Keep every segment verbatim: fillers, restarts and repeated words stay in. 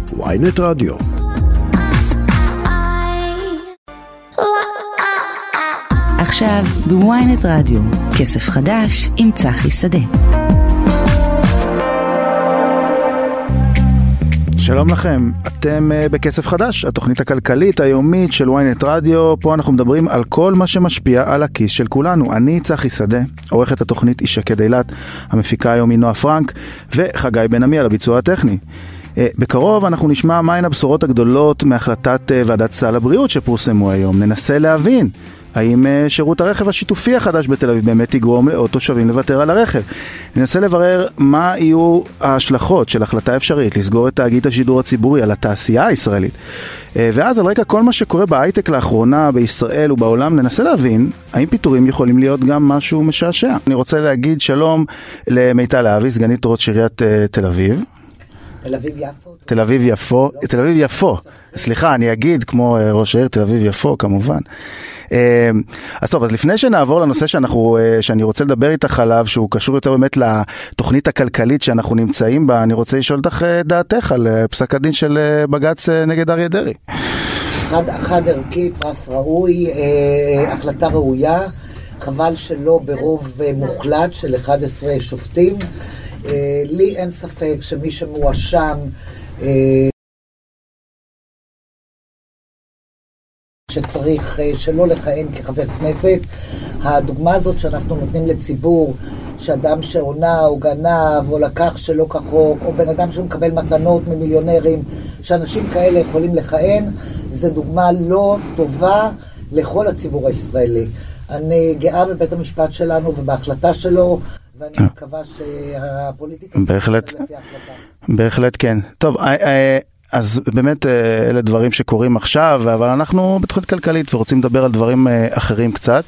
וויינט רדיו. עכשיו בוויינט רדיו, כסף חדש עם צחי שדה. שלום לכם, אתם בכסף חדש, התוכנית הכלכלית היומית של וויינט רדיו. פה אנחנו מדברים על כל מה שמשפיע על הכיס של כולנו. אני צחי שדה, עורכת התוכנית איש שקד אילת, המפיקה היום היא נועה פרנק וחגי בן עמי על הביצוע הטכני. בקרוב אנחנו נשמע מהן הבשורות הגדולות מהחלטת ועדת סל הבריאות שפורסמו היום. ננסה להבין האם שירות הרכב השיתופי החדש בתל אביב באמת יגרום לעוד תושבים לוותר על הרכב. ננסה לברר מה יהיו ההשלכות של החלטה אפשרית לסגור את תאגיד השידור הציבורי על התעשייה הישראלית. ואז על רקע כל מה שקורה בהייטק לאחרונה בישראל ובעולם, ננסה להבין האם פיטורים יכולים להיות גם משהו משעשע. אני רוצה להגיד שלום למיטל להבי, סגנית ראש עיריית תל אביב. תל אביב יפו. תל אביב יפו, תל אביב יפו. סליחה, אני אגיד כמו ראש העיר תל אביב יפו כמובן. אז טוב, אז לפני שנעבור לנושא שאנחנו, שאני רוצה לדבר איתך עליו, שהוא קשור יותר באמת לתוכנית הכלכלית שאנחנו נמצאים בה, אני רוצה לשאול אותך דעתך על פסק הדין של בג"ץ נגד אריה דרעי. חד, חד ערכי, פרס ראוי, החלטה ראויה, חבל שלא ברוב מוחלט של אחד עשר שופטים. לי אין ספק שמי שמואשם שצריך שלא לכהן כחבר כנסת. הדוגמה הזאת שאנחנו נותנים לציבור, שאדם שעונה או גנב או לקח שלא כחוק, או בן אדם שמקבל מתנות ממיליונרים, שאנשים כאלה יכולים לכהן, זו דוגמה לא טובה לכל הציבור הישראלי. אני גאה בבית המשפט שלנו ובהחלטה שלו, ואני מקווה שהפוליטיקה בהחלט, לפי ההחלטה. בהחלט כן. טוב, אז באמת אלה דברים שקורים עכשיו, אבל אנחנו בתוכנית כלכלית ורוצים לדבר על דברים אחרים קצת,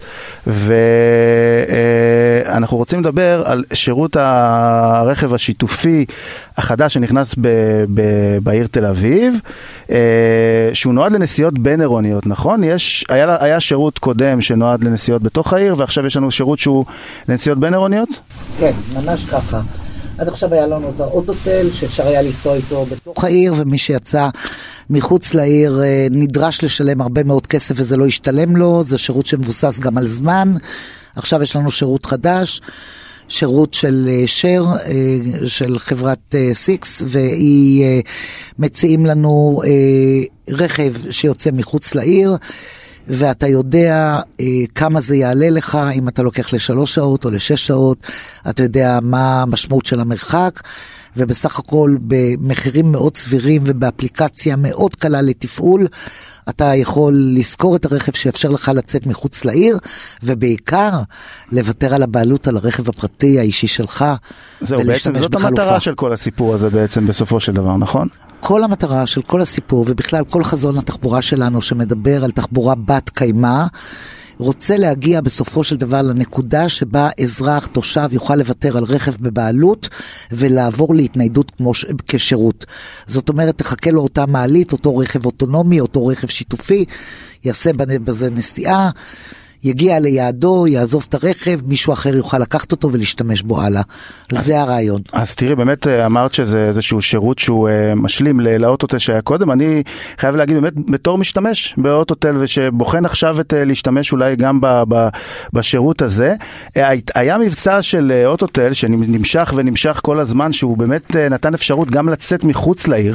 ואנחנו רוצים לדבר על שירות הרכב השיתופי החדש שנכנס ב- ב- בעיר תל אביב, שהוא נועד לנסיעות בין עירוניות, נכון? יש, היה, היה שירות קודם שנועד לנסיעות בתוך העיר, ועכשיו יש לנו שירות שהוא לנסיעות בין עירוניות? כן, ממש ככה. עד עכשיו היה לנו את האוטוטל שאפשר היה לנסוע איתו בתוך העיר, ומי שיצא מחוץ לעיר נדרש לשלם הרבה מאוד כסף וזה לא ישתלם לו. זה שירות שמבוסס גם על זמן. עכשיו יש לנו שירות חדש, שירות של שר, של חברת סיקס, והיא מציעים לנו רכב שיוצא מחוץ לעיר, ואתה יודע אה, כמה זה יעלה לך, אם אתה לוקח לשלוש שעות או לשש שעות, אתה יודע מה המשמעות של המרחק, ובסך הכל במחירים מאוד סבירים ובאפליקציה מאוד קלה לתפעול, אתה יכול לזכור את הרכב שיאפשר לך לצאת מחוץ לעיר, ובעיקר לוותר על הבעלות על הרכב הפרטי האישי שלך. זהו, בעצם זאת המטרה של כל הסיפור הזה בעצם בסופו של דבר, נכון? כל המטרה של כל הסיפור, ובכלל כל חזון התחבורה שלנו שמדבר על תחבורה בת קיימה, רוצה להגיע בסופו של דבר לנקודה שבה אזרח, תושב, יוכל לוותר על רכב בבעלות ולעבור להתניידות כמו ש... כשירות. זאת אומרת, תחכה לו אותה מעלית, אותו רכב אוטונומי, אותו רכב שיתופי, יעשה בזה נסיעה, יגיע ליעדו, יעזוב את הרכב, מישהו אחר יוכל לקחת אותו ולהשתמש בו הלאה. זה הרעיון. אז תראי, באמת אמרת שזה איזשהו שירות שהוא משלים לאוטוטל שהיה קודם. אני חייב להגיד, באמת, בתור משתמש באוטוטל, ושבוחן עכשיו את להשתמש אולי גם בשירות הזה. היה מבצע של אוטוטל שנמשך ונמשך כל הזמן, שהוא באמת נתן אפשרות גם לצאת מחוץ לעיר.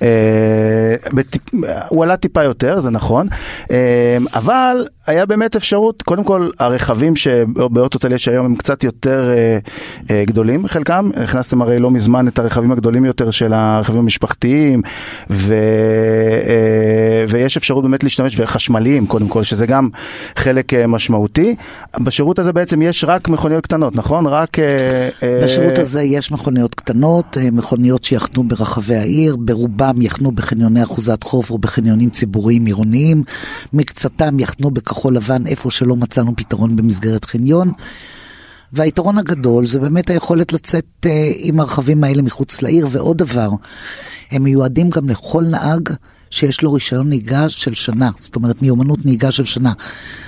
הוא עלה טיפה יותר, זה נכון. אבל היה באמת אפשרות, קודם כל, הרכבים שבאוטוטל יש היום הם קצת יותר אה, אה, גדולים, חלקם. הכנסתם הרי לא מזמן את הרכבים הגדולים יותר של הרכבים המשפחתיים, ו, אה, ויש אפשרות באמת להשתמש וחשמליים, קודם כל, שזה גם חלק אה, משמעותי. בשירות הזה בעצם יש רק מכוניות קטנות, נכון? רק... אה, בשירות הזה יש מכוניות קטנות, מכוניות שיחנו ברחבי העיר, ברובם יחנו בחניוני אחוזת חוף או בחניונים ציבוריים עירוניים, מקצתם יחנו בכחול לבן איפה שלא מצאנו פתרון במסגרת חניון, והיתרון הגדול זה באמת היכולת לצאת uh, עם הרכבים האלה מחוץ לעיר. ועוד דבר, הם מיועדים גם לכל נהג שיש לו רישיון נהיגה של שנה, זאת אומרת מיומנות נהיגה של שנה.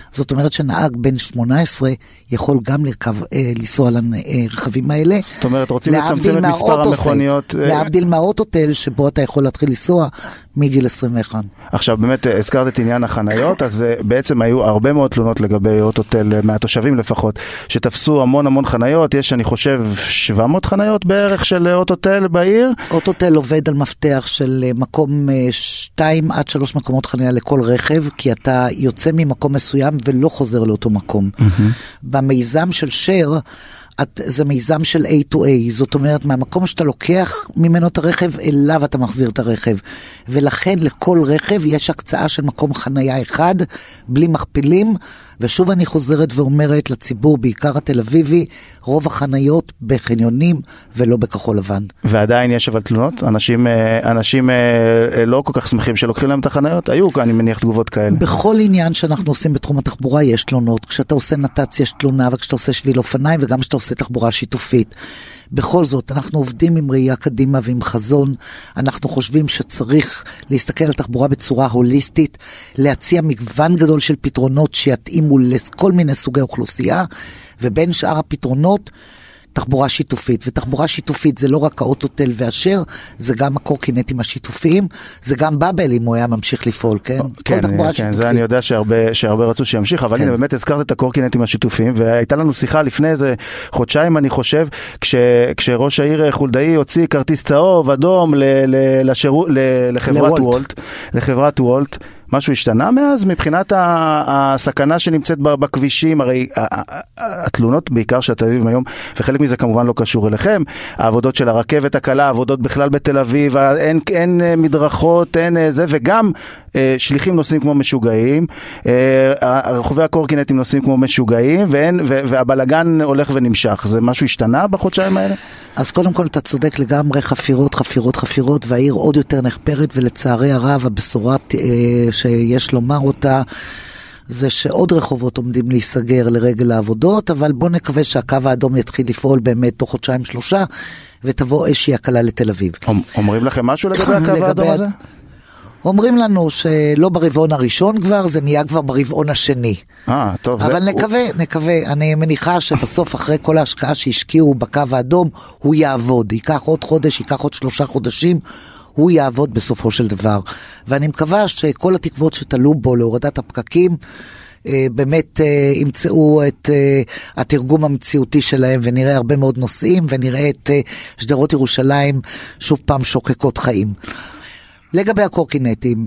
זאת אומרת שנהג בן שמונה עשרה יכול גם לרכב, אה, לנסוע על הרכבים האלה. זאת אומרת, רוצים לצמצם את מספר המכוניות. להבדיל מהאוטוטל, שבו אתה יכול להתחיל לנסוע מגיל עשרים ואחת. עכשיו, באמת, הזכרת את עניין החניות, אז בעצם היו הרבה מאוד תלונות לגבי אוטוטל, מהתושבים לפחות, שתפסו המון המון חניות. יש, אני חושב, שבע מאות חניות בערך של אוטוטל בעיר. אוטוטל עובד על מפתח של מקום שתיים עד שלוש מקומות חניה לכל רכב, כי אתה יוצא ממקום מסוים ולא חוזר לאותו מקום. Mm-hmm. במיזם של שר, את, זה מיזם של A to A, זאת אומרת, מהמקום שאתה לוקח ממנו את הרכב, אליו אתה מחזיר את הרכב. ולכן לכל רכב יש הקצאה של מקום חנייה אחד, בלי מכפילים, ושוב אני חוזרת ואומרת לציבור, בעיקר התל אביבי, רוב החניות בחניונים ולא בכחול לבן. ועדיין יש אבל תלונות? אנשים, אנשים לא כל כך שמחים שלוקחים להם את החניות? היו, אני מניח, תגובות כאלה. בכל עניין שאנחנו עושים בתחום התחבורה יש תלונות. כשאתה עושה נת"צ יש תלונה, וכשאתה עושה שביל אופניים, וגם כשאתה עושה תחבורה שיתופית. בכל זאת, אנחנו עובדים עם ראייה קדימה ועם חזון. אנחנו חושבים שצריך להסתכל על תחבורה בצורה הוליסטית, להציע מגוון גדול של פתרונות שיתאימו לכל מיני סוגי אוכלוסייה, ובין שאר הפתרונות, תחבורה שיתופית. ותחבורה שיתופית זה לא רק האוטוטל והשר, זה גם הקורקינטים השיתופיים, זה גם באבל אם הוא היה ממשיך לפעול, כן? כן, כן, זה אני יודע שהרבה, שהרבה רצו שימשיך, אבל הנה באמת הזכרת את הקורקינטים השיתופיים, והייתה לנו שיחה לפני איזה חודשיים, אני חושב, כש, כשראש העיר חולדאי הוציא כרטיס צהוב, אדום, ל, ל, לשירו, ל, לחברת וולט, לחברת וולט, משהו השתנה מאז מבחינת הסכנה שנמצאת בכבישים. הרי התלונות בעיקר של תל אביב היום, וחלק מזה כמובן לא קשור אליכם, העבודות של הרכבת הקלה, העבודות בכלל בתל אביב, אין, אין מדרכות, אין זה, וגם שליחים נוסעים כמו משוגעים, רחובי הקורקינטים נוסעים כמו משוגעים, ואין, והבלגן הולך ונמשך. זה משהו השתנה בחודשיים האלה? אז קודם כל אתה צודק לגמרי, חפירות, חפירות, חפירות, והעיר עוד יותר נחפרת, ולצערי הרב הבשורה שיש לומר אותה, זה שעוד רחובות עומדים להיסגר לרגל העבודות, אבל בוא נקווה שהקו האדום יתחיל לפעול באמת תוך חודשיים שלושה, ותבוא איזושהי הקלה לתל אביב. אומרים לכם משהו לגבי הקו האדום הזה? אומרים לנו שלא ברבעון הראשון כבר, זה נהיה כבר ברבעון השני. אה, טוב. אבל זה... נקווה, נקווה. אני מניחה שבסוף אחרי כל ההשקעה שהשקיעו בקו האדום, הוא יעבוד. ייקח עוד חודש, ייקח עוד שלושה חודשים, הוא יעבוד בסופו של דבר. ואני מקווה שכל התקוות שתלו בו להורדת הפקקים, באמת ימצאו את התרגום המציאותי שלהם, ונראה הרבה מאוד נושאים, ונראה את שדרות ירושלים שוב פעם שוקקות חיים. לגבי הקורקינטים,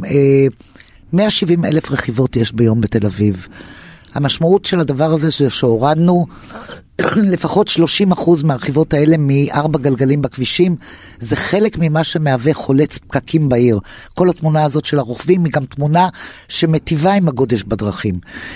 מאה ושבעים אלף רכיבות יש ביום בתל אביב. המשמעות של הדבר הזה זה שהורדנו לפחות שלושים אחוז מהרכיבות האלה מארבע גלגלים בכבישים. זה חלק ממה שמהווה חולץ פקקים בעיר. כל התמונה הזאת של הרוכבים היא גם תמונה שמטיבה עם הגודש בדרכים.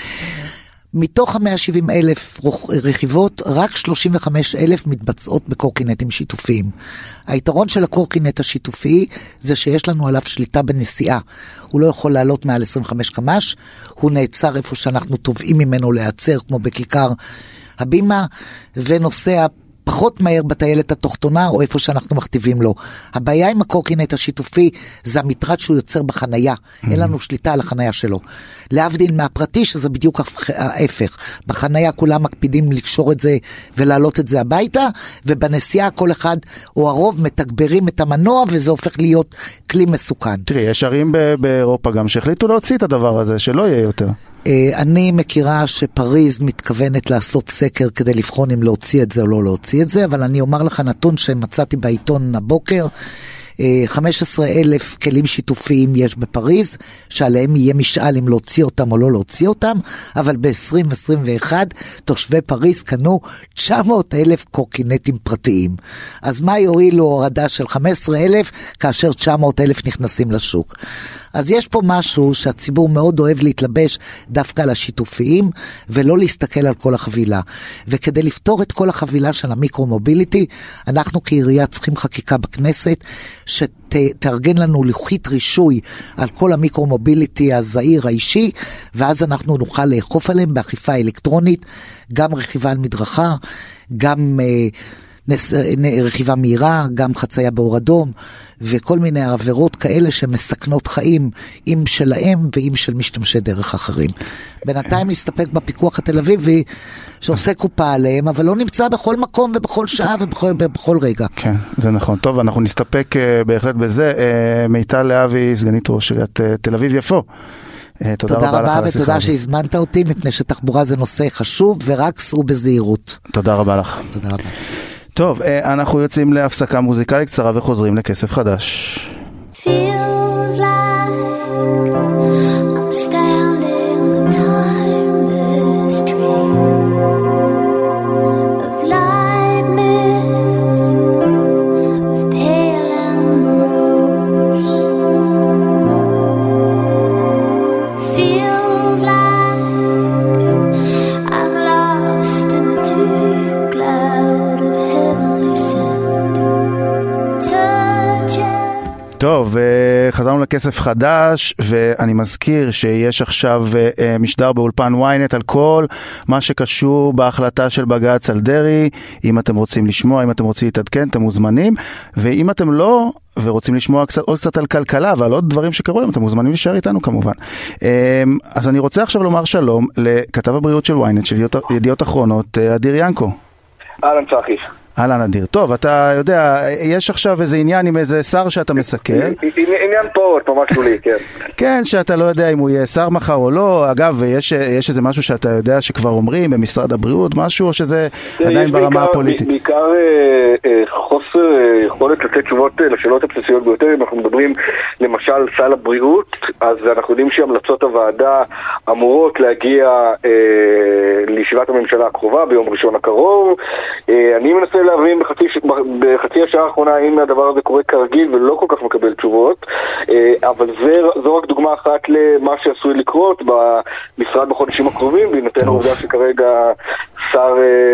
מתוך ה-מאה ושבעים אלף רכיבות, רק שלושים וחמישה אלף מתבצעות בקורקינטים שיתופיים. היתרון של הקורקינט השיתופי זה שיש לנו עליו שליטה בנסיעה. הוא לא יכול לעלות מעל עשרים וחמש קמ"ש, הוא נעצר איפה שאנחנו תובעים ממנו להיעצר, כמו בכיכר הבימה, ונוסע פחות מהר בטיילת התחתונה, או איפה שאנחנו מכתיבים לו. הבעיה עם הקורקינט השיתופי, זה המטרד שהוא יוצר בחנייה. Mm-hmm. אין לנו שליטה על החנייה שלו. להבדיל מהפרטי, שזה בדיוק ההפך. בחנייה כולם מקפידים לקשור את זה, ולהעלות את זה הביתה, ובנסיעה כל אחד, או הרוב, מתגברים את המנוע, וזה הופך להיות כלי מסוכן. תראי, יש ערים באירופה גם שהחליטו להוציא את הדבר הזה, שלא יהיה יותר. אני מכירה שפריז מתכוונת לעשות סקר כדי לבחון אם להוציא את זה או לא להוציא את זה, אבל אני אומר לך נתון שמצאתי בעיתון הבוקר, חמישה עשר אלף כלים שיתופיים יש בפריז, שעליהם יהיה משאל אם להוציא אותם או לא להוציא אותם, אבל ב-עשרים עשרים ואחת תושבי פריז קנו תשע מאות אלף קורקינטים פרטיים. אז מה יועילו הורדה של חמישה עשר אלף כאשר תשע מאות אלף נכנסים לשוק? אז יש פה משהו שהציבור מאוד אוהב להתלבש דווקא על השיתופיים, ולא להסתכל על כל החבילה. וכדי לפתור את כל החבילה של המיקרו-מוביליטי, אנחנו כעירייה צריכים חקיקה בכנסת, שתארגן לנו לוחית רישוי על כל המיקרו-מוביליטי הזעיר האישי, ואז אנחנו נוכל לאכוף עליהם באכיפה אלקטרונית, גם רכיבה על מדרכה, גם... רכיבה מהירה, גם חצייה באור אדום, וכל מיני עבירות כאלה שמסכנות חיים, עם שלהם ועם של משתמשי דרך אחרים. בינתיים להסתפק בפיקוח התל אביבי, שעושה קופה עליהם, אבל לא נמצא בכל מקום ובכל שעה ובכל, ובכל רגע. כן, זה נכון. טוב, אנחנו נסתפק בהחלט בזה. מיטל להבי, סגנית ראש עיריית תל אביב יפו. תודה, תודה רבה, רבה ותודה שהזמנת אותי, מפני שתחבורה זה נושא חשוב, ורק סעו בזהירות. תודה רבה לך. תודה רבה. טוב, אנחנו יוצאים להפסקה מוזיקלית קצרה וחוזרים לכסף חדש. Feels like I'm standing on the timeless street of light mists, of pale ambrose. Feels like I'm lost in the deep cloud of heavenly scent. Touch it. טוב, חזרנו לכסף חדש, ואני מזכיר שיש עכשיו משדר באולפן וויינט על כל מה שקשור בהחלטה של בג"ץ על דרעי. אם אתם רוצים לשמוע, אם אתם רוצים להתעדכן, אתם מוזמנים, ואם אתם לא ורוצים לשמוע קצת, עוד קצת על כלכלה ועל עוד דברים שקורים, אתם מוזמנים להישאר איתנו כמובן. אז אני רוצה עכשיו לומר שלום לכתב הבריאות של וויינט, של ידיעות אחרונות, אדיר ינקו. אהלן צחי. אהלן אדיר. טוב, אתה יודע, יש עכשיו איזה עניין עם איזה שר שאתה מסקר. עניין פה, ממש שולי, כן. כן, שאתה לא יודע אם הוא יהיה שר מחר או לא. אגב, יש, יש איזה משהו שאתה יודע שכבר אומרים במשרד הבריאות, משהו, או שזה עדיין ברמה הפוליטית? בעיקר חוסר יכולת לתת תשובות לשאלות הבסיסיות ביותר. אם אנחנו מדברים למשל סל הבריאות, אז אנחנו יודעים שהמלצות הוועדה אמורות להגיע לישיבת הממשלה הקרובה ביום ראשון הקרוב. אני מנסה להבין בחצי, בחצי השעה האחרונה האם הדבר הזה קורה כרגיל ולא כל כך מקבל תשובות, אבל זה, זו רק דוגמה אחת למה שעשוי לקרות במשרד בחודשים הקרובים, בהינתן העובדה שכרגע שר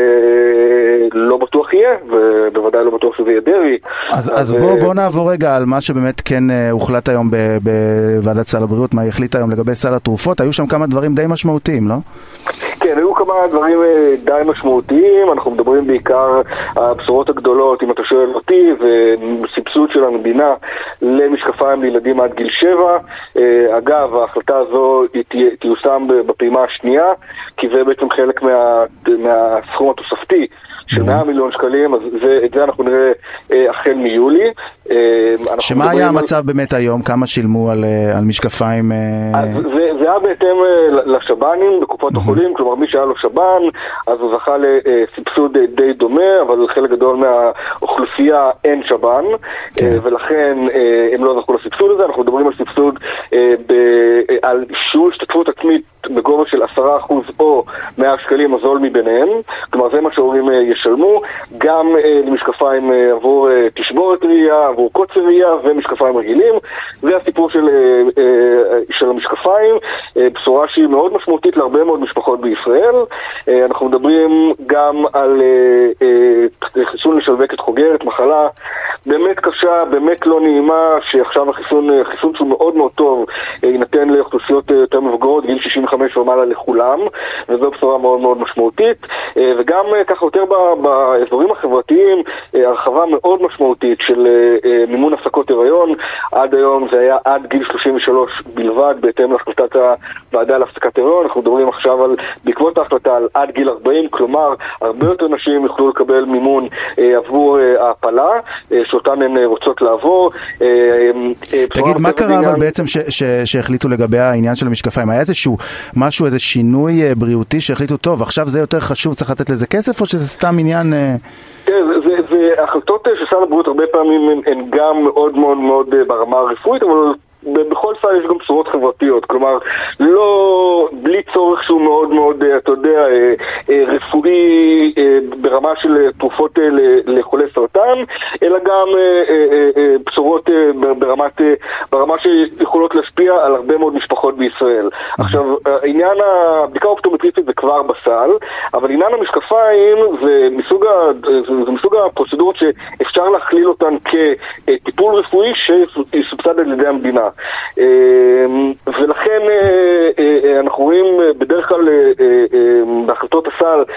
לא בטוח יהיה, ובוודאי לא בטוח שזה יהיה דרעי. אז, אז בוא, בוא נעבור רגע על מה שבאמת כן הוחלט היום בוועדת סל הבריאות, מה החליט היום לגבי סל התרופות. היו שם כמה דברים די משמעותיים, לא? כן, היו כמה דברים די משמעותיים. אנחנו מדברים בעיקר הבשורות הגדולות, אם אתה שואל אותי, וסבסוד של המדינה למשקפיים לילדים עד גיל שבע. אגב, ההחלטה הזו היא תיושם בפעימה השנייה, כי זה בעצם חלק מה, מהסכום התוספתי של מאה מיליון שקלים, אז זה, את זה אנחנו נראה אה, החל מיולי. אה, שמה היה המצב על... באמת היום? כמה שילמו על, על משקפיים? אה... אז זה, זה היה בהתאם אה, לשב"נים בקופות mm-hmm. החולים, כלומר מי שהיה לו שב"ן, אז הוא זכה לסבסוד די דומה, אבל חלק גדול מהאוכלוסייה אין שב"ן, כן. אה, ולכן אה, הם לא זכו לסבסוד הזה. אנחנו מדברים על סבסוד אה, ב, אה, על שיעור השתתפות עצמית בגובה של עשרה אחוז או מאה שקלים הזול מביניהם, כלומר זה מה שהורים ישלמו, גם למשקפיים עבור תשבורת ראייה, עבור קוצר ראייה ומשקפיים רגילים. זה הסיפור של, של המשקפיים, בשורה שהיא מאוד משמעותית להרבה מאוד משפחות בישראל. אנחנו מדברים גם על חיסון לשלווקת חוגרת, מחלה באמת קשה, באמת לא נעימה, שעכשיו החיסון, חיסון שהוא מאוד מאוד טוב, יינתן לאוכלוסיות יותר מבוגרות, גיל שישים וחמש ומעלה לכולם, וזו בשורה מאוד מאוד משמעותית. וגם ככה יותר באזורים החברתיים, הרחבה מאוד משמעותית של מימון הפסקות הריון. עד היום זה היה עד גיל שלושים ושלוש בלבד, בהתאם להחלטת הוועדה להפסקת הריון. אנחנו מדברים עכשיו על, בעקבות ההחלטה, על עד גיל ארבעים, כלומר הרבה יותר נשים יוכלו לקבל מימון עבור ההפלה שאותן הן רוצות לעבור. תגיד, מה קרה אבל בעצם שהחליטו לגבי העניין של המשקפיים? היה איזשהו משהו, איזה שינוי בריאותי שהחליטו טוב, עכשיו זה יותר חשוב, צריך לתת לזה כסף, או שזה סתם עניין? כן, זה, זה החלטות של סל הבריאות הרבה פעמים הן גם מאוד מאוד מאוד ברמה הרפואית, אבל בכל סל יש גם בשורות חברתיות, כלומר לא, בלי צורך שהוא מאוד מאוד, אתה יודע, רפואי ברמה של תרופות לחולי סרטן, אלא גם בשורות ברמת, ברמה שיכולות להשפיע על הרבה מאוד משפחות בישראל. עכשיו, עניין הבדיקה האופטומטריסטית זה כבר בסל, אבל עניין המשקפיים זה מסוג, זה מסוג הפרוצדורות שאפשר להכליל אותן כטיפול רפואי שיסובסד על ידי המדינה. ולכן אנחנו רואים בדרך כלל בהחלטות הסל גם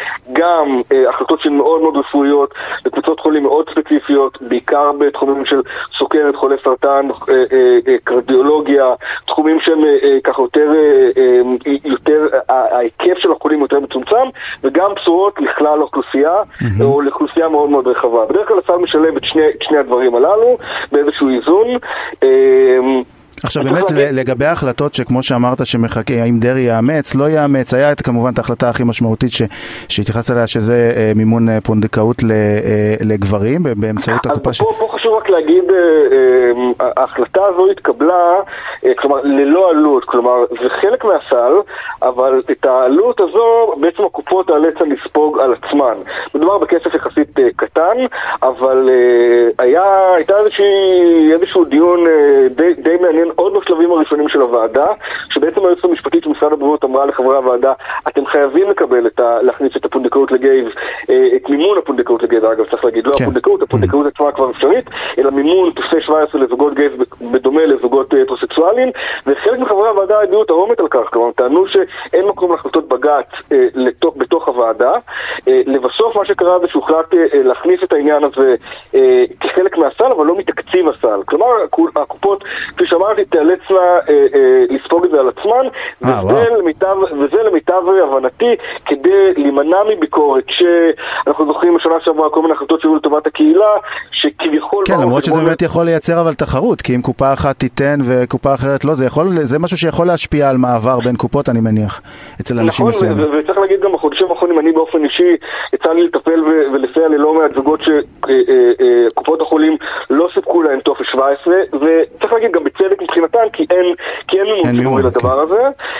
גם אה, החלטות שהן מאוד מאוד רפואיות, לקבוצות חולים מאוד ספציפיות, בעיקר בתחומים של סוכרת, חולי סרטן, אה, אה, אה, קרדיולוגיה, תחומים שהם אה, אה, ככה יותר, אה, אה, יותר, אה, ההיקף של החולים יותר מצומצם, וגם בשורות לכלל האוכלוסייה, mm-hmm. או לאוכלוסייה מאוד מאוד רחבה. בדרך כלל הסל משלב את שני, את שני הדברים הללו, באיזשהו איזון. אה, עכשיו באמת לגבי ההחלטות שכמו שאמרת שמחכה האם דרי יאמץ, לא יאמץ, היה את כמובן את ההחלטה הכי משמעותית שהתייחסת עליה שזה מימון פונדקאות לגברים באמצעות הקופה. אז פה חשוב רק להגיד, ההחלטה הזו התקבלה, כלומר ללא עלות, כלומר זה חלק מהסל, אבל את העלות הזו בעצם הקופות תאלצן לספוג על עצמן. מדובר בכסף יחסית קטן, אבל הייתה איזשהו דיון די מעניין עוד בשלבים הראשונים של הוועדה, שבעצם היועצת המשפטית של משרד הבריאות אמרה לחברי הוועדה, אתם חייבים לקבל את ה... להכניס את הפונדקאות לגייב, את מימון הפונדקאות לגייב, אגב, צריך להגיד, לא הפונדקאות, הפונדקאות עצמה כבר אפשרית, אלא מימון טופסי שבע עשרה לזוגות גייב בדומה לזוגות הטרוסקסואליים, וחלק מחברי הוועדה הביעו תרעומת על כך, כלומר, טענו שאין מקום להחלטות בג"ץ בתוך הוועדה. לבסוף מה שקרה זה שהוחלט להכניס את העניין הזה כחלק מהסל, אבל לא מתקציב הסל. כלומר, הקופות, כפי שאמרתי, תיאלצנה אה, אה, לספוג את זה על עצמן, אה, וזה, למיטב, וזה למיטב הבנתי, כדי להימנע מביקורת, שאנחנו זוכרים בשנה שעברה כל מיני החלטות שהיו לטובת הקהילה, שכביכול... כן, למרות שזה באמת יכול לייצר אבל תחרות, כי אם קופה אחת תיתן וקופה אחרת לא, זה, יכול, זה משהו שיכול להשפיע על מעבר בין קופות, אני מניח, אצל אנשים מסוימים. נכון, וצריך להגיד גם בחודשים האחרונים, אני באופן אישי, יצא לי לטפל ולסייע ללא מעט זוגות שקופות החולים לא סיפקו להם טופס שבע עשרה, וצריך להגיד גם בצדק מבחינתן, כי אין, כי אין מימון ציבורי לדבר הזה,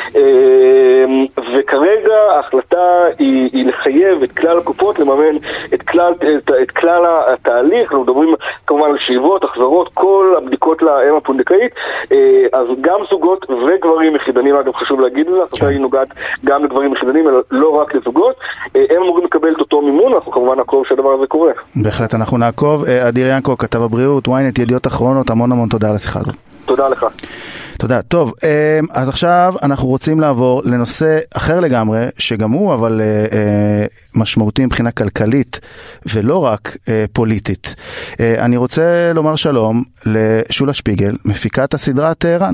וכרגע ההחלטה היא, היא לחייב את כלל הקופות לממן את כלל, את, את כלל התהליך. אנחנו מדברים כמובן על שאיבות, החזרות, כל הבדיקות לאם הפונדקאית, אז גם זוגות וגברים יחידנים, אגב חשוב להגיד את זה, ההחלטה היא נוגעת גם לגברים יחידנים, אלא לא רק לזוגות, הם אמורים לקבל את אותו מימון, אנחנו כמובן נעקוב שהדבר הזה קורה. בהחלט, אנחנו נעקוב. אדיר ינקו, כתב הבריאות, וויינט, ידיעות אחרונות, המון המון תודה על השיחה הזאת. תודה לך. תודה. טוב, אז עכשיו אנחנו רוצים לעבור לנושא אחר לגמרי, שגם הוא אבל משמעותי מבחינה כלכלית, ולא רק פוליטית. אני רוצה לומר שלום לשולה שפיגל, מפיקת הסדרה טהרן.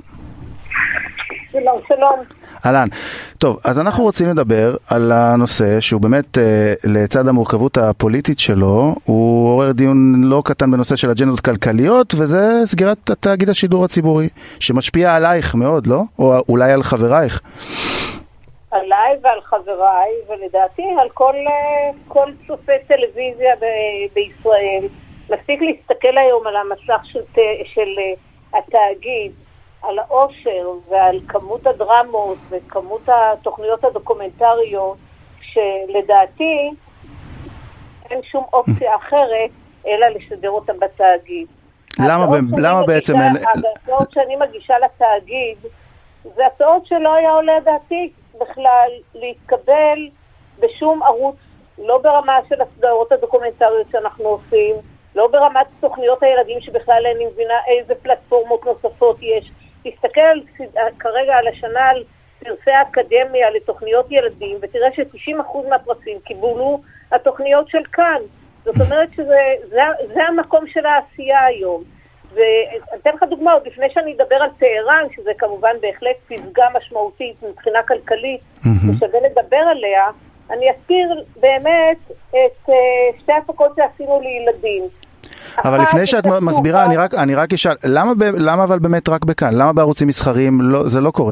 שלום, שלום. אהלן. טוב, אז אנחנו רוצים לדבר על הנושא שהוא באמת, אה, לצד המורכבות הפוליטית שלו, הוא עורר דיון לא קטן בנושא של אג'נדות כלכליות, וזה סגירת התאגיד השידור הציבורי, שמשפיע עלייך מאוד, לא? או אולי על חברייך. עליי ועל חבריי, ולדעתי על כל, כל צופה טלוויזיה ב- בישראל. מספיק להסתכל היום על המסך של, של התאגיד, על העושר ועל כמות הדרמות וכמות התוכניות הדוקומנטריות, שלדעתי אין שום אופציה אחרת אלא לשדר אותם בתאגיד. למה, ב- למה בעצם... ההצעות שאני מגישה לתאגיד זה הצעות שלא היה עולה דעתי בכלל להתקבל בשום ערוץ, לא ברמה של הסדרות הדוקומנטריות שאנחנו עושים, לא ברמת תוכניות הילדים שבכלל אני מבינה איזה פלטפורמות נוספות יש. תסתכל כרגע על השנה על פרסי האקדמיה לתוכניות ילדים, ותראה ש-תשעים אחוז מהפרסים קיבלו התוכניות של כאן. זאת אומרת שזה זה, זה המקום של העשייה היום. ואתן לך דוגמה, עוד לפני שאני אדבר על טהרן, שזה כמובן בהחלט פסגה משמעותית מבחינה כלכלית, ושווה לדבר עליה, אני אזכיר באמת את שתי הפקות שעשינו לילדים. אבל לפני שאת מסבירה, אני רק, אני רק אשאל, למה, למה אבל באמת רק בכאן? למה בערוצים מסחריים לא, זה לא קורה?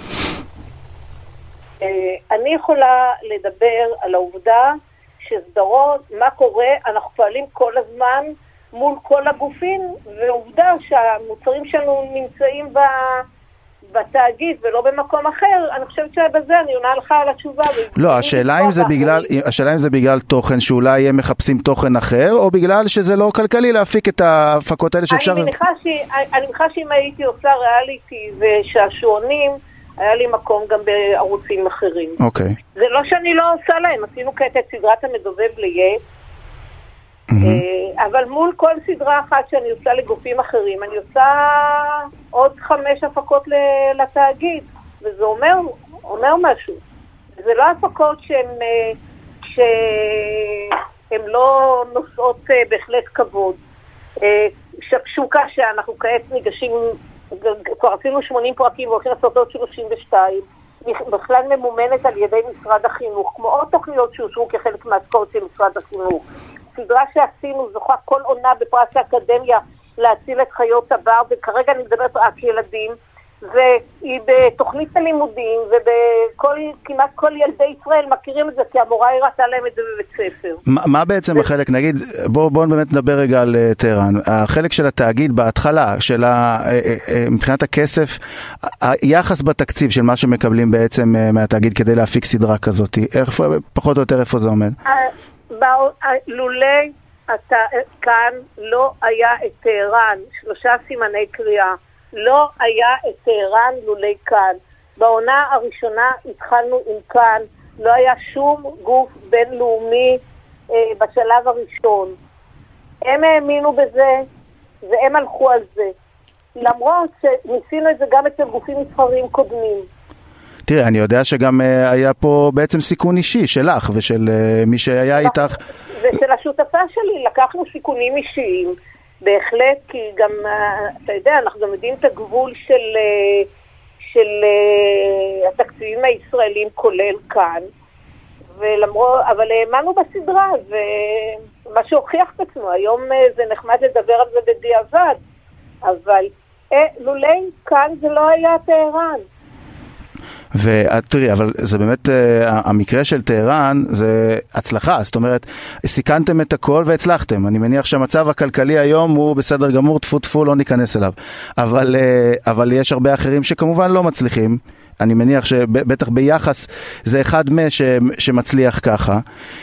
אני יכולה לדבר על העובדה שסדרות, מה קורה, אנחנו פועלים כל הזמן מול כל הגופים, ועובדה שהמוצרים שלנו נמצאים ב... בתאגיד ולא במקום אחר. אני חושבת שבזה אני עונה לך על התשובה. לא, השאלה אם זה בגלל, השאלה אם זה בגלל תוכן שאולי הם מחפשים תוכן אחר, או בגלל שזה לא כלכלי להפיק את ההפקות האלה שאפשר... אני מניחה ש... אני מניחה שאם הייתי עושה ריאליטי ושעשועונים, היה לי מקום גם בערוצים אחרים. אוקיי. זה לא שאני לא עושה להם, עשינו כעת את סדרת המדובב ליש, אבל מול כל סדרה אחת שאני עושה לגופים אחרים, אני עושה עוד חמש הפקות לתאגיד, וזה אומר, אומר משהו. זה לא הפקות שהן, שהן לא נושאות בהחלט כבוד. שקשוקה שאנחנו כעת ניגשים, כבר עשינו שמונים פרקים והולכים לעשות עוד שלושים ושתיים, בכלל ממומנת על ידי משרד החינוך, כמו עוד תוכניות שאושרו כחלק מהסקוט של משרד החינוך. סדרה שעשינו זוכה כל עונה בפרס האקדמיה להציל את חיות הבר, וכרגע אני מדברת רק ילדים, והיא בתוכנית הלימודים, וכמעט כל ילדי ישראל מכירים את זה, כי המורה הראתה להם את זה בבית ספר. מה, מה בעצם החלק, נגיד, בואו בוא באמת נדבר רגע על טהרן, החלק של התאגיד בהתחלה, של ה, מבחינת הכסף, היחס בתקציב של מה שמקבלים בעצם מהתאגיד כדי להפיק סדרה כזאת, איפה, פחות או יותר איפה זה עומד? לולי כאן לא היה את טהרן, שלושה סימני קריאה, לא היה את טהרן לולי כאן. בעונה הראשונה התחלנו עם כאן, לא היה שום גוף בינלאומי אה, בשלב הראשון. הם האמינו בזה והם הלכו על זה. למרות שניסינו את זה גם אצל גופים מסחריים קודמים. תראה, אני יודע שגם uh, היה פה בעצם סיכון אישי שלך ושל uh, מי שהיה איתך. ושל השותפה שלי, לקחנו סיכונים אישיים. בהחלט, כי גם, אתה יודע, אנחנו גם יודעים את הגבול של, של התקציבים הישראלים כולל כאן, ולמרות, אבל האמנו בסדרה, ומה שהוכיח את עצמו, היום זה נחמד לדבר על זה בדיעבד, אבל אה, לולי כאן זה לא היה טהרן. ותראי, אבל זה באמת, המקרה של טהרן זה הצלחה, זאת אומרת, סיכנתם את הכל והצלחתם. אני מניח שהמצב הכלכלי היום הוא בסדר גמור, תפו תפו, לא ניכנס אליו. אבל, אבל יש הרבה אחרים שכמובן לא מצליחים. אני מניח שבטח ביחס זה אחד מה ש, שמצליח ככה.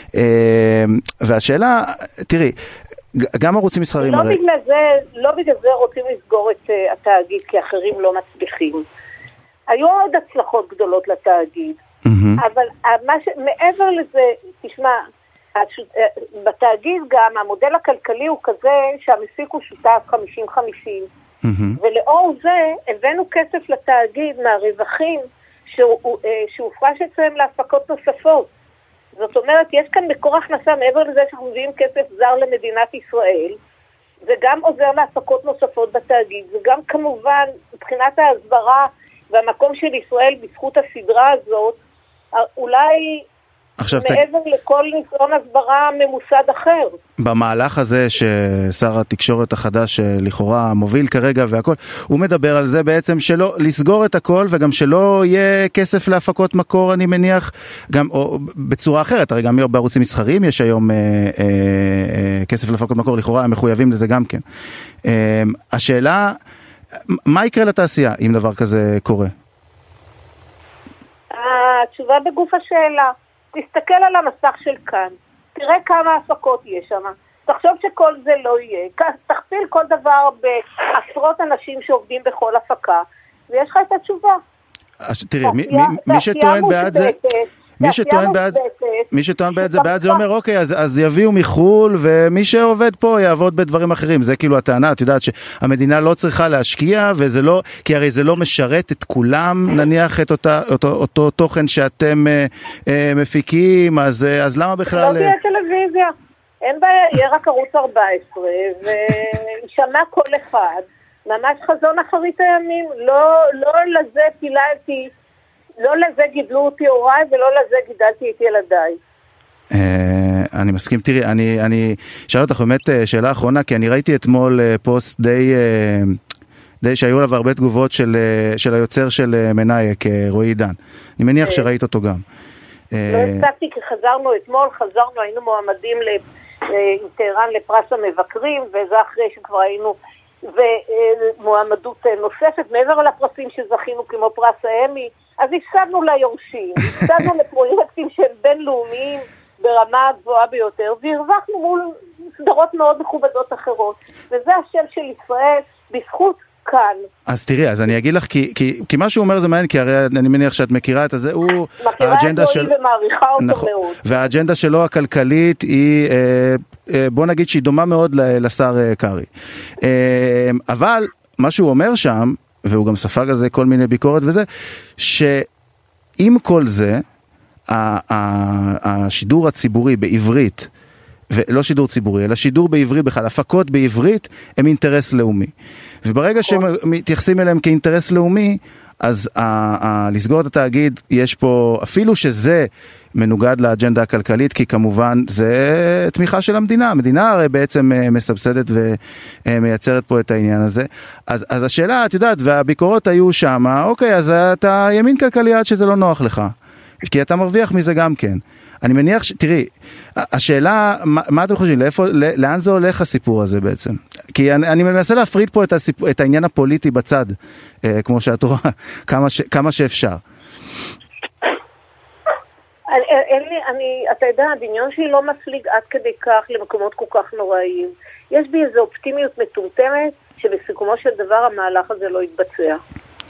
והשאלה, תראי, גם ערוצים מסחריים... לא, הרי... בגלל זה, לא בגלל זה רוצים לסגור את התאגיד, כי אחרים לא מצליחים. היו עוד הצלחות גדולות לתאגיד, mm-hmm. אבל מה ש... מעבר לזה, תשמע, הש... בתאגיד גם המודל הכלכלי הוא כזה שהמפיק הוא שותף חמישים חמישים, mm-hmm. ולאור זה הבאנו כסף לתאגיד מהרווחים שהוא, שהופרש אצלם להפקות נוספות. זאת אומרת, יש כאן מקור הכנסה מעבר לזה שאנחנו מביאים כסף זר למדינת ישראל, זה גם עוזר להפקות נוספות בתאגיד, זה גם כמובן מבחינת ההסברה והמקום של ישראל בזכות הסדרה הזאת, אולי מעבר ת... לכל ניסיון הסברה ממוסד אחר. במהלך הזה ששר התקשורת החדש לכאורה מוביל כרגע והכל, הוא מדבר על זה בעצם שלא לסגור את הכל וגם שלא יהיה כסף להפקות מקור, אני מניח, גם או בצורה אחרת, הרי גם בערוצים מסחריים יש היום אה, אה, אה, כסף להפקות מקור, לכאורה הם מחויבים לזה גם כן. אה, השאלה... מה יקרה לתעשייה אם דבר כזה קורה? התשובה בגוף השאלה. תסתכל על המסך של כאן. תראה כמה הפקות יש שם. תחשוב שכל זה לא יהיה. תכפיל כל דבר בעשרות אנשים שעובדים בכל הפקה, ויש לך את התשובה. תראי, מי שטוען בעד זה... מי שטוען בעד, מי שטוען בעד זה, בעד זה אומר, אוקיי, אז, אז יביאו מחול, ומי שעובד פה יעבוד בדברים אחרים. זה כאילו הטענה, את יודעת שהמדינה לא צריכה להשקיע, וזה לא, כי הרי זה לא משרת את כולם, נניח את אותה, אותו, אותו תוכן שאתם אה, אה, מפיקים, אז, אז למה בכלל... לא תהיה טלוויזיה, אין בעיה, יהיה רק ערוץ ארבע עשרה, וישמע כל אחד, ממש חזון אחרית הימים, לא, לא לזה פיללתי, לא לזה גידלו אותי הוריי ולא לזה גידלתי את ילדיי. אני מסכים, תראי, אני, אני שאל אותך באמת שאלה אחרונה, כי אני ראיתי אתמול פוסט די, די שהיו עליו הרבה תגובות של, של היוצר של מנאייק, רועי עידן. אני מניח שראית אותו גם. לא הפסקתי כי חזרנו אתמול, חזרנו, היינו מועמדים לטהרן לפרס המבקרים, וזה אחרי שכבר היינו... ומועמדות נוספת, מעבר לפרסים שזכינו כמו פרס האמי, אז הפסדנו ליורשים, הפסדנו לפרויקטים שהם בינלאומיים ברמה הגבוהה ביותר, והרווחנו מול סדרות מאוד מכובדות אחרות, וזה השם של ישראל בזכות כאן. אז תראי, אז אני אגיד לך, כי, כי, כי מה שהוא אומר זה מעניין, כי הרי אני מניח שאת מכירה את זה, הוא... מכירה את רועי של... ומעריכה אותו נכון. מאוד. והאג'נדה שלו הכלכלית היא, אה, אה, בוא נגיד שהיא דומה מאוד לשר אה, קרי. אה, אבל מה שהוא אומר שם, והוא גם ספג על זה כל מיני ביקורת וזה, שעם כל זה, השידור הציבורי בעברית, ולא שידור ציבורי, אלא שידור בעברית בכלל, הפקות בעברית הם אינטרס לאומי. וברגע שהם מתייחסים אליהם כאינטרס לאומי, אז ה- ה- לסגור את התאגיד, יש פה, אפילו שזה מנוגד לאג'נדה הכלכלית, כי כמובן זה תמיכה של המדינה. המדינה הרי בעצם מסבסדת ומייצרת פה את העניין הזה. אז, אז השאלה, את יודעת, והביקורות היו שם, אוקיי, אז אתה ימין כלכלי עד שזה לא נוח לך. כי אתה מרוויח מזה גם כן. אני מניח ש... תראי, השאלה, מה, מה אתם חושבים? לאיפה, לאן זה הולך הסיפור הזה בעצם? כי אני, אני מנסה להפריד פה את, הסיפור, את העניין הפוליטי בצד, אה, כמו שאת רואה, כמה, ש, כמה שאפשר. אני, אני, אני, אתה יודע, הדמיון שלי לא מפליג עד כדי כך למקומות כל כך נוראיים. יש בי איזו אופטימיות מטומטמת, שבסיכומו של דבר המהלך הזה לא יתבצע.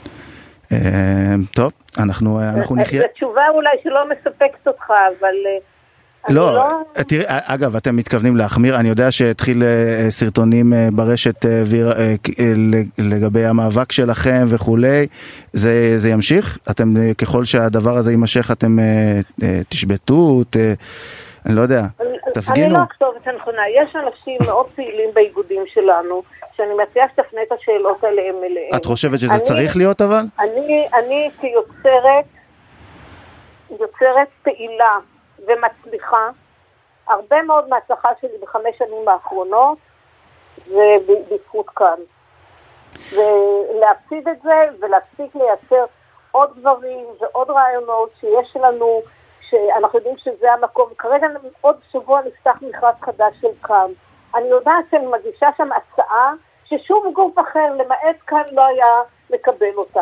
טוב, אנחנו נחיה... זו תשובה אולי שלא מספקת אותך, אבל... לא, תראי, אגב, אתם מתכוונים להחמיר, אני יודע שהתחיל סרטונים ברשת לגבי המאבק שלכם וכולי, זה ימשיך? אתם, ככל שהדבר הזה יימשך, אתם תשבטו, אני לא יודע, תפגינו? אני לא הכתובת הנכונה, יש אנשים מאוד פעילים באיגודים שלנו, שאני מציעה שתפנה את השאלות עליהם אליהם. את חושבת שזה צריך להיות אבל? אני, אני כיוצרת, יוצרת פעילה ומצליחה, הרבה מאוד מההצלחה שלי בחמש שנים האחרונות, זה בזכות כאן. ולהפסיד את זה, ולהפסיק לייצר עוד דברים ועוד רעיונות שיש לנו, שאנחנו יודעים שזה המקום. כרגע עוד שבוע נפתח מכרז חדש של כאן. אני יודעת שאני מגישה שם הצעה, ששום גוף אחר, למעט כאן, לא היה לקבל אותה.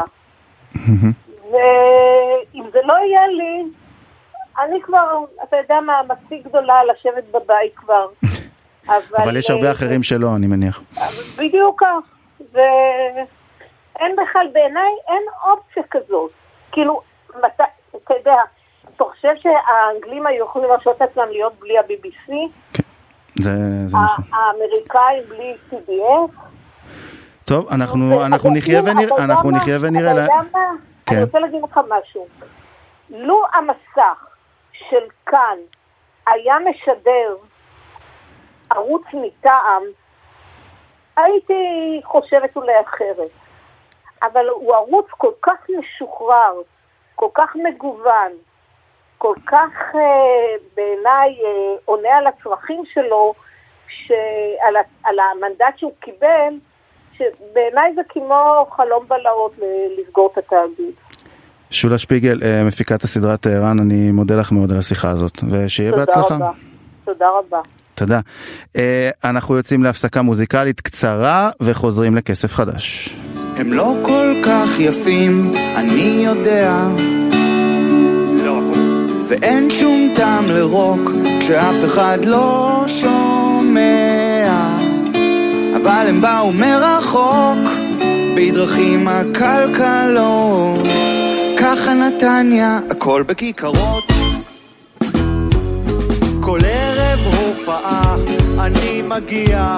ואם זה לא יהיה לי, אני כבר, אתה יודע מה, מספיק גדולה לשבת בבית כבר. אבל יש הרבה אחרים שלא, אני מניח. בדיוק כך. ואין בכלל, בעיניי, אין אופציה כזאת. כאילו, אתה יודע, אתה חושב שהאנגלים היו יכולים להרשות עצמם להיות בלי ה-בי בי סי? כן, זה נכון. האמריקאים בלי סי בי אס? טוב, אנחנו, אנחנו נחיה ונראה, אנחנו נחיה ונראה. אתה יודע מה? אני רוצה להגיד לך משהו. לו המסך של כאן היה משדר ערוץ מטעם, הייתי חושבת אולי אחרת. אבל הוא ערוץ כל כך משוחרר, כל כך מגוון, כל כך בעיניי עונה על הצרכים שלו, שעל, על המנדט שהוא קיבל, שבעיניי זה כמו חלום בלהות לסגור את התאגיד. שולה שפיגל, מפיקת הסדרה טהרן, אני מודה לך מאוד על השיחה הזאת, ושיהיה בהצלחה. תודה רבה. תודה רבה. תודה. אנחנו יוצאים להפסקה מוזיקלית קצרה, וחוזרים לכסף חדש. הם לא כל כך יפים, אני יודע, ואין שום טעם לרוק, כשאף אחד לא שומע, אבל הם באו מרחוק, בדרכים הכלכלות, ככה נתניה, הכל בכיכרות. כל ערב הופעה, אני מגיע.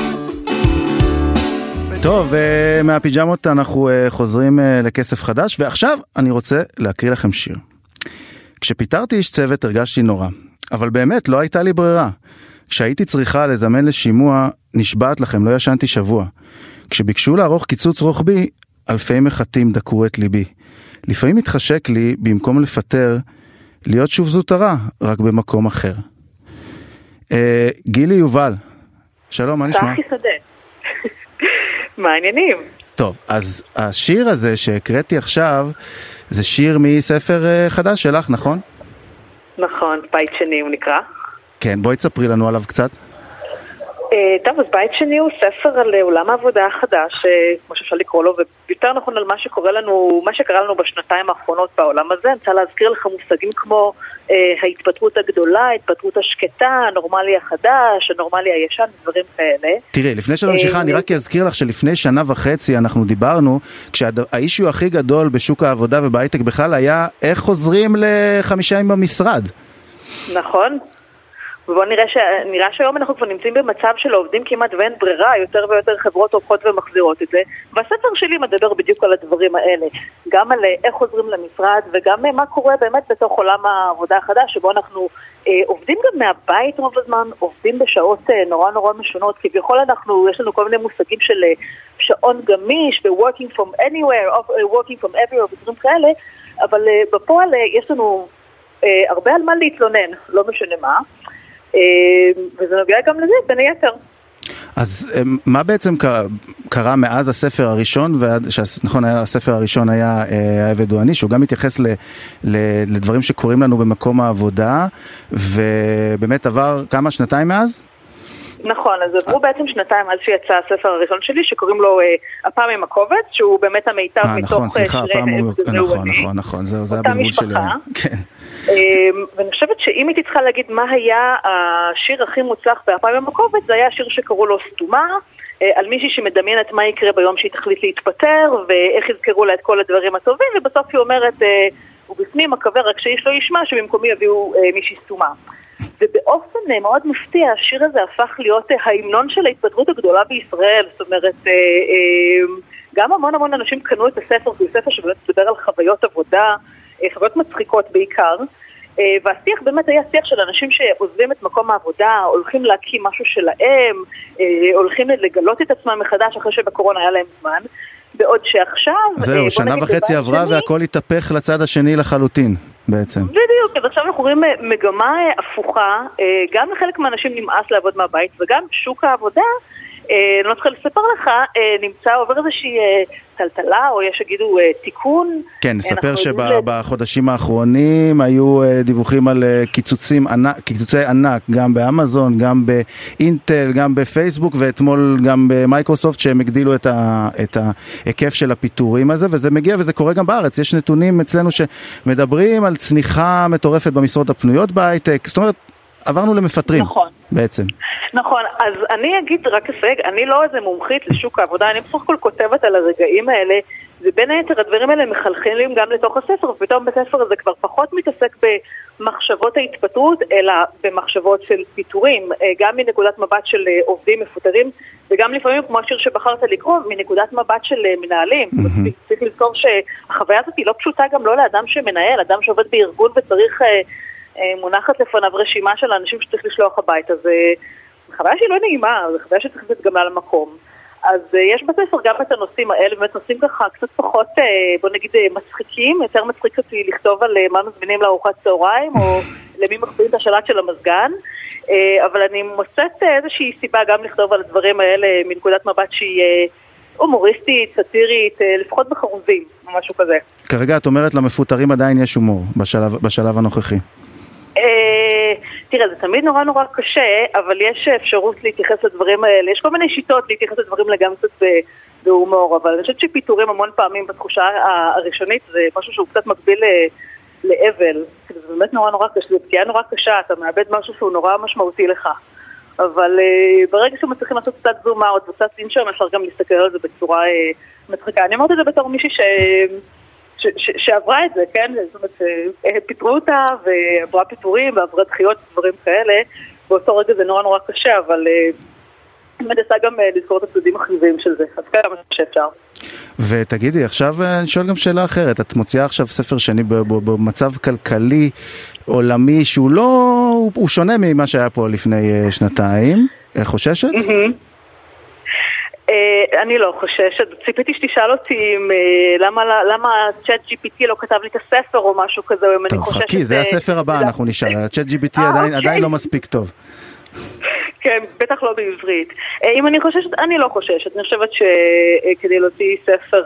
טוב, מהפיג'מות אנחנו חוזרים לכסף חדש, ועכשיו אני רוצה להקריא לכם שיר. כשפיטרתי איש צוות הרגשתי נורא, אבל באמת לא הייתה לי ברירה. כשהייתי צריכה לזמן לשימוע, נשבעת לכם, לא ישנתי שבוע. כשביקשו לערוך קיצוץ רוחבי, אלפי מחטים דקרו את ליבי. לפעמים מתחשק לי, במקום לפטר, להיות שוב זוטרה, רק במקום אחר. אה, גילי יובל, שלום, מה נשמע? צחי שדה. מה העניינים? טוב, אז השיר הזה שהקראתי עכשיו, זה שיר מספר uh, חדש שלך, נכון? נכון, בית שני הוא נקרא. כן, בואי תספרי לנו עליו קצת. Uh, טוב, אז בית שני הוא ספר על עולם העבודה החדש, uh, כמו שאפשר לקרוא לו, ויותר נכון על מה שקורה לנו, מה שקרה לנו בשנתיים האחרונות בעולם הזה. אני רוצה להזכיר לך מושגים כמו uh, ההתפטרות הגדולה, ההתפטרות השקטה, הנורמלי החדש, הנורמלי הישן, דברים כאלה. תראי, לפני שנמשיכה, אני רק אזכיר לך שלפני שנה וחצי אנחנו דיברנו, כשהאישיו הכי גדול בשוק העבודה ובהייטק בכלל היה איך חוזרים לחמישה ימים במשרד. נכון. ובואו נראה, ש... נראה שהיום אנחנו כבר נמצאים במצב של העובדים כמעט ואין ברירה, יותר ויותר חברות הופכות ומחזירות את זה, והספר שלי מדבר בדיוק על הדברים האלה, גם על איך חוזרים למשרד, וגם מה קורה באמת בתוך עולם העבודה החדש, שבו אנחנו אה, עובדים גם מהבית רוב הזמן, עובדים בשעות אה, נורא נורא משונות, כביכול אנחנו, יש לנו כל מיני מושגים של אה, שעון גמיש, ו-working from anywhere, or, uh, working from everywhere, ודברים כאלה, אבל אה, בפועל אה, יש לנו אה, הרבה על מה להתלונן, לא משנה מה, וזה נוגע גם לזה, בין היתר. אז מה בעצם קרה מאז הספר הראשון, נכון, הספר הראשון היה העבד הוא אני, שהוא גם מתייחס לדברים שקורים לנו במקום העבודה, ובאמת עבר כמה, שנתיים מאז? נכון, אז עברו בעצם שנתיים מאז שיצא הספר הראשון שלי, שקוראים לו הפעם עם הקובץ, שהוא באמת המיטב מתוך שירי העבד. נכון, נכון, נכון, זה הבלבול שלי. כן. ואני חושבת שאם הייתי צריכה להגיד מה היה השיר הכי מוצלח בהפעם עם הקובץ, זה היה השיר שקראו לו סתומה, על מישהי שמדמיינת מה יקרה ביום שהיא תחליט להתפטר, ואיך יזכרו לה את כל הדברים הטובים, ובסוף היא אומרת, ובפנים מקווה רק שאיש לא ישמע, שבמקומי יביאו מישהי סתומה. ובאופן מאוד מפתיע, השיר הזה הפך להיות ההמנון של ההתפטרות הגדולה בישראל, זאת אומרת, גם המון המון אנשים קנו את הספר, זה ספר שבאמת מדבר על חוויות עבודה, חוויות מצחיקות בעיקר, והשיח באמת היה שיח של אנשים שעוזבים את מקום העבודה, הולכים להקים משהו שלהם, הולכים לגלות את עצמם מחדש אחרי שבקורונה היה להם זמן, בעוד שעכשיו... זהו, שנה וחצי עברה והכל התהפך לצד השני לחלוטין בעצם. בדיוק, אז עכשיו אנחנו רואים מגמה הפוכה, גם לחלק מהאנשים נמאס לעבוד מהבית, וגם שוק העבודה, אני לא צריכה לספר לך, נמצא עובר איזושהי טלטלה, או יש שיגידו תיקון. כן, נספר שבחודשים האחרונים היו דיווחים על קיצוצים ענק, קיצוצי ענק, גם באמזון, גם באינטל, גם בפייסבוק, ואתמול גם במייקרוסופט, שהם הגדילו את, ה, את ההיקף של הפיטורים הזה, וזה מגיע וזה קורה גם בארץ. יש נתונים אצלנו שמדברים על צניחה מטורפת במשרות הפנויות בהייטק, זאת אומרת, עברנו למפטרים. נכון. בעצם. נכון, אז אני אגיד רק הסייג, אני לא איזה מומחית לשוק העבודה, אני בסך הכל כותבת על הרגעים האלה, ובין היתר הדברים האלה מחלחלים גם לתוך הספר, ופתאום בספר הזה כבר פחות מתעסק במחשבות ההתפטרות, אלא במחשבות של פיטורים, גם מנקודת מבט של עובדים מפוטרים, וגם לפעמים כמו השיר שבחרת לקרוא, מנקודת מבט של מנהלים. Mm-hmm. צריך לזכור שהחוויה הזאת היא לא פשוטה גם לא לאדם שמנהל, אדם שעובד בארגון וצריך... מונחת לפניו רשימה של האנשים שצריך לשלוח הבית, אז חוויה שהיא לא נעימה, זו חוויה שצריך לתת גם לה למקום. אז יש בספר גם את הנושאים האלה, באמת נושאים ככה קצת פחות, בוא נגיד, מצחיקים, יותר מצחיק אותי לכתוב על מה מזמינים לארוחת צהריים, או למי מחזירים את השלט של המזגן, אבל אני מוצאת איזושהי סיבה גם לכתוב על הדברים האלה מנקודת מבט שהיא הומוריסטית, סאטירית, לפחות בחרוזים, משהו כזה. כרגע את אומרת למפוטרים עדיין יש הומור בשלב, בשלב הנוכחי. תראה, זה תמיד נורא נורא קשה, אבל יש אפשרות להתייחס לדברים האלה, יש כל מיני שיטות להתייחס לדברים לגם קצת בהומור, אבל אני חושבת שפיטורים המון פעמים בתחושה הראשונית זה משהו שהוא קצת מקביל לאבל, זה באמת נורא נורא קשה, זה פגיעה נורא קשה, אתה מאבד משהו שהוא נורא משמעותי לך, אבל ברגע שמצליחים לעשות קצת זום אאוט וקצת אינשם, אפשר גם להסתכל על זה בצורה מצחיקה. אני אמרתי את זה בתור מישהי ש... ש- ש- שעברה את זה, כן? זאת אומרת, פיטרו אותה ועברה פיטורים ועברה דחיות ודברים כאלה. באותו רגע זה נורא נורא קשה, אבל מנסה גם לזכור את הצדדים החיוביים של זה. אז כמה שאפשר. ותגידי, עכשיו אני שואל גם שאלה אחרת. את מוציאה עכשיו ספר שני במצב כלכלי עולמי שהוא לא, הוא שונה ממה שהיה פה לפני שנתיים. חוששת? אני לא חוששת, ציפיתי שתשאל אותי למה צ'אט ג'י פי טי לא כתב לי את הספר או משהו כזה, או אם אני חוששת... טוב, חכי, זה הספר הבא, אנחנו נשאל, צ'אט ג'י פי טי עדיין לא מספיק טוב. כן, בטח לא בעברית. אם אני חוששת, אני לא חוששת, אני חושבת שכדי להוציא ספר,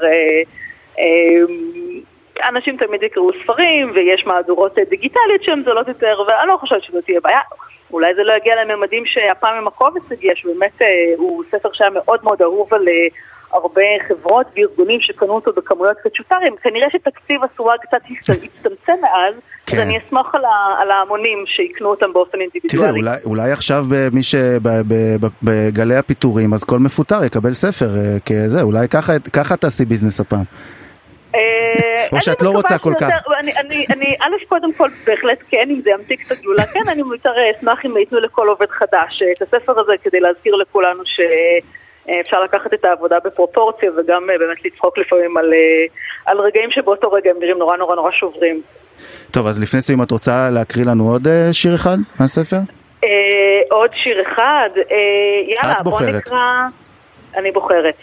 אנשים תמיד יקראו ספרים, ויש מהדורות דיגיטליות שהן זולות יותר, ואני לא חושבת שזאת תהיה בעיה. אולי זה לא יגיע לממדים שהפעם עם הקובץ הגיע, שבאמת הוא ספר שהיה מאוד מאוד אהוב על הרבה חברות וארגונים שקנו אותו בכמויות קצ'וטרים. כנראה שתקציב הסואה קצת הצטמצם מאז, אז אני אשמח על ההמונים שיקנו אותם באופן אינדיבידואלי. תראה, אולי עכשיו במי שבגלי הפיטורים, אז כל מפוטר יקבל ספר כזה, אולי ככה תעשי ביזנס הפעם. או שאת לא רוצה כל כך. אני, א', קודם כל, בהחלט כן, אם זה ימתיק את הגלולה, כן, אני יותר אשמח אם ייתנו לכל עובד חדש את הספר הזה, כדי להזכיר לכולנו שאפשר לקחת את העבודה בפרופורציה, וגם באמת לצחוק לפעמים על רגעים שבאותו רגע הם נראים נורא נורא נורא שוברים. טוב, אז לפני סיום, את רוצה להקריא לנו עוד שיר אחד מהספר? עוד שיר אחד? יאללה, בוא נקרא... אני בוחרת.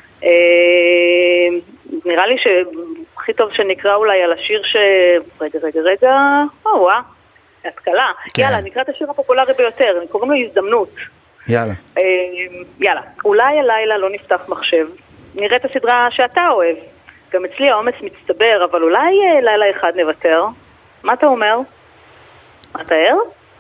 נראה לי שהכי טוב שנקרא אולי על השיר ש... רגע, רגע, רגע... או, וואה, התקלה. יאללה, נקרא את השיר הפופולרי ביותר, קוראים לו הזדמנות. יאללה. יאללה. אולי הלילה לא נפתח מחשב. נראה את הסדרה שאתה אוהב. גם אצלי האומץ מצטבר, אבל אולי לילה אחד נוותר. מה אתה אומר? אתה ער?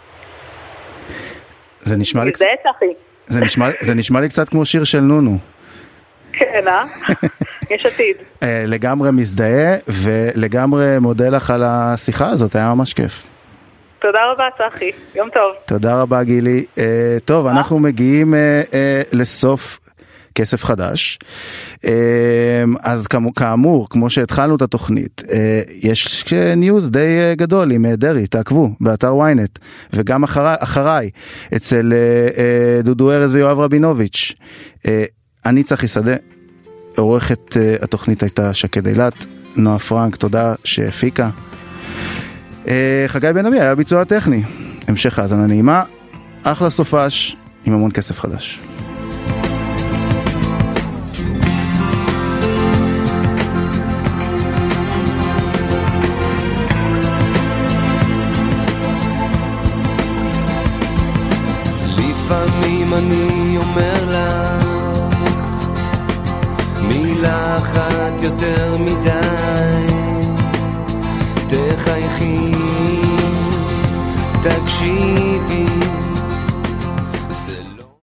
זה נשמע לי... זה צחי. זה נשמע, זה נשמע לי קצת כמו שיר של נונו. כן, אה? יש עתיד. לגמרי מזדהה, ולגמרי מודה לך על השיחה הזאת, היה ממש כיף. תודה רבה, צחי. יום טוב. תודה רבה, גילי. טוב, אנחנו מגיעים לסוף כסף חדש. אז כאמור, כמו שהתחלנו את התוכנית, יש ניוז די גדול עם דרי, תעקבו, באתר וויינט, וגם אחריי, אצל דודו ארז ויואב רבינוביץ'. אני צחי שדה, עורכת התוכנית הייתה שקד אילת, נועה פרנק, תודה שהפיקה. חגי בן עמי היה ביצוע טכני. המשך האזנה נעימה, אחלה סופש עם המון כסף חדש. לפעמים אני אומר לה מילה אחת יותר מדי, תחייכי, תקשיבי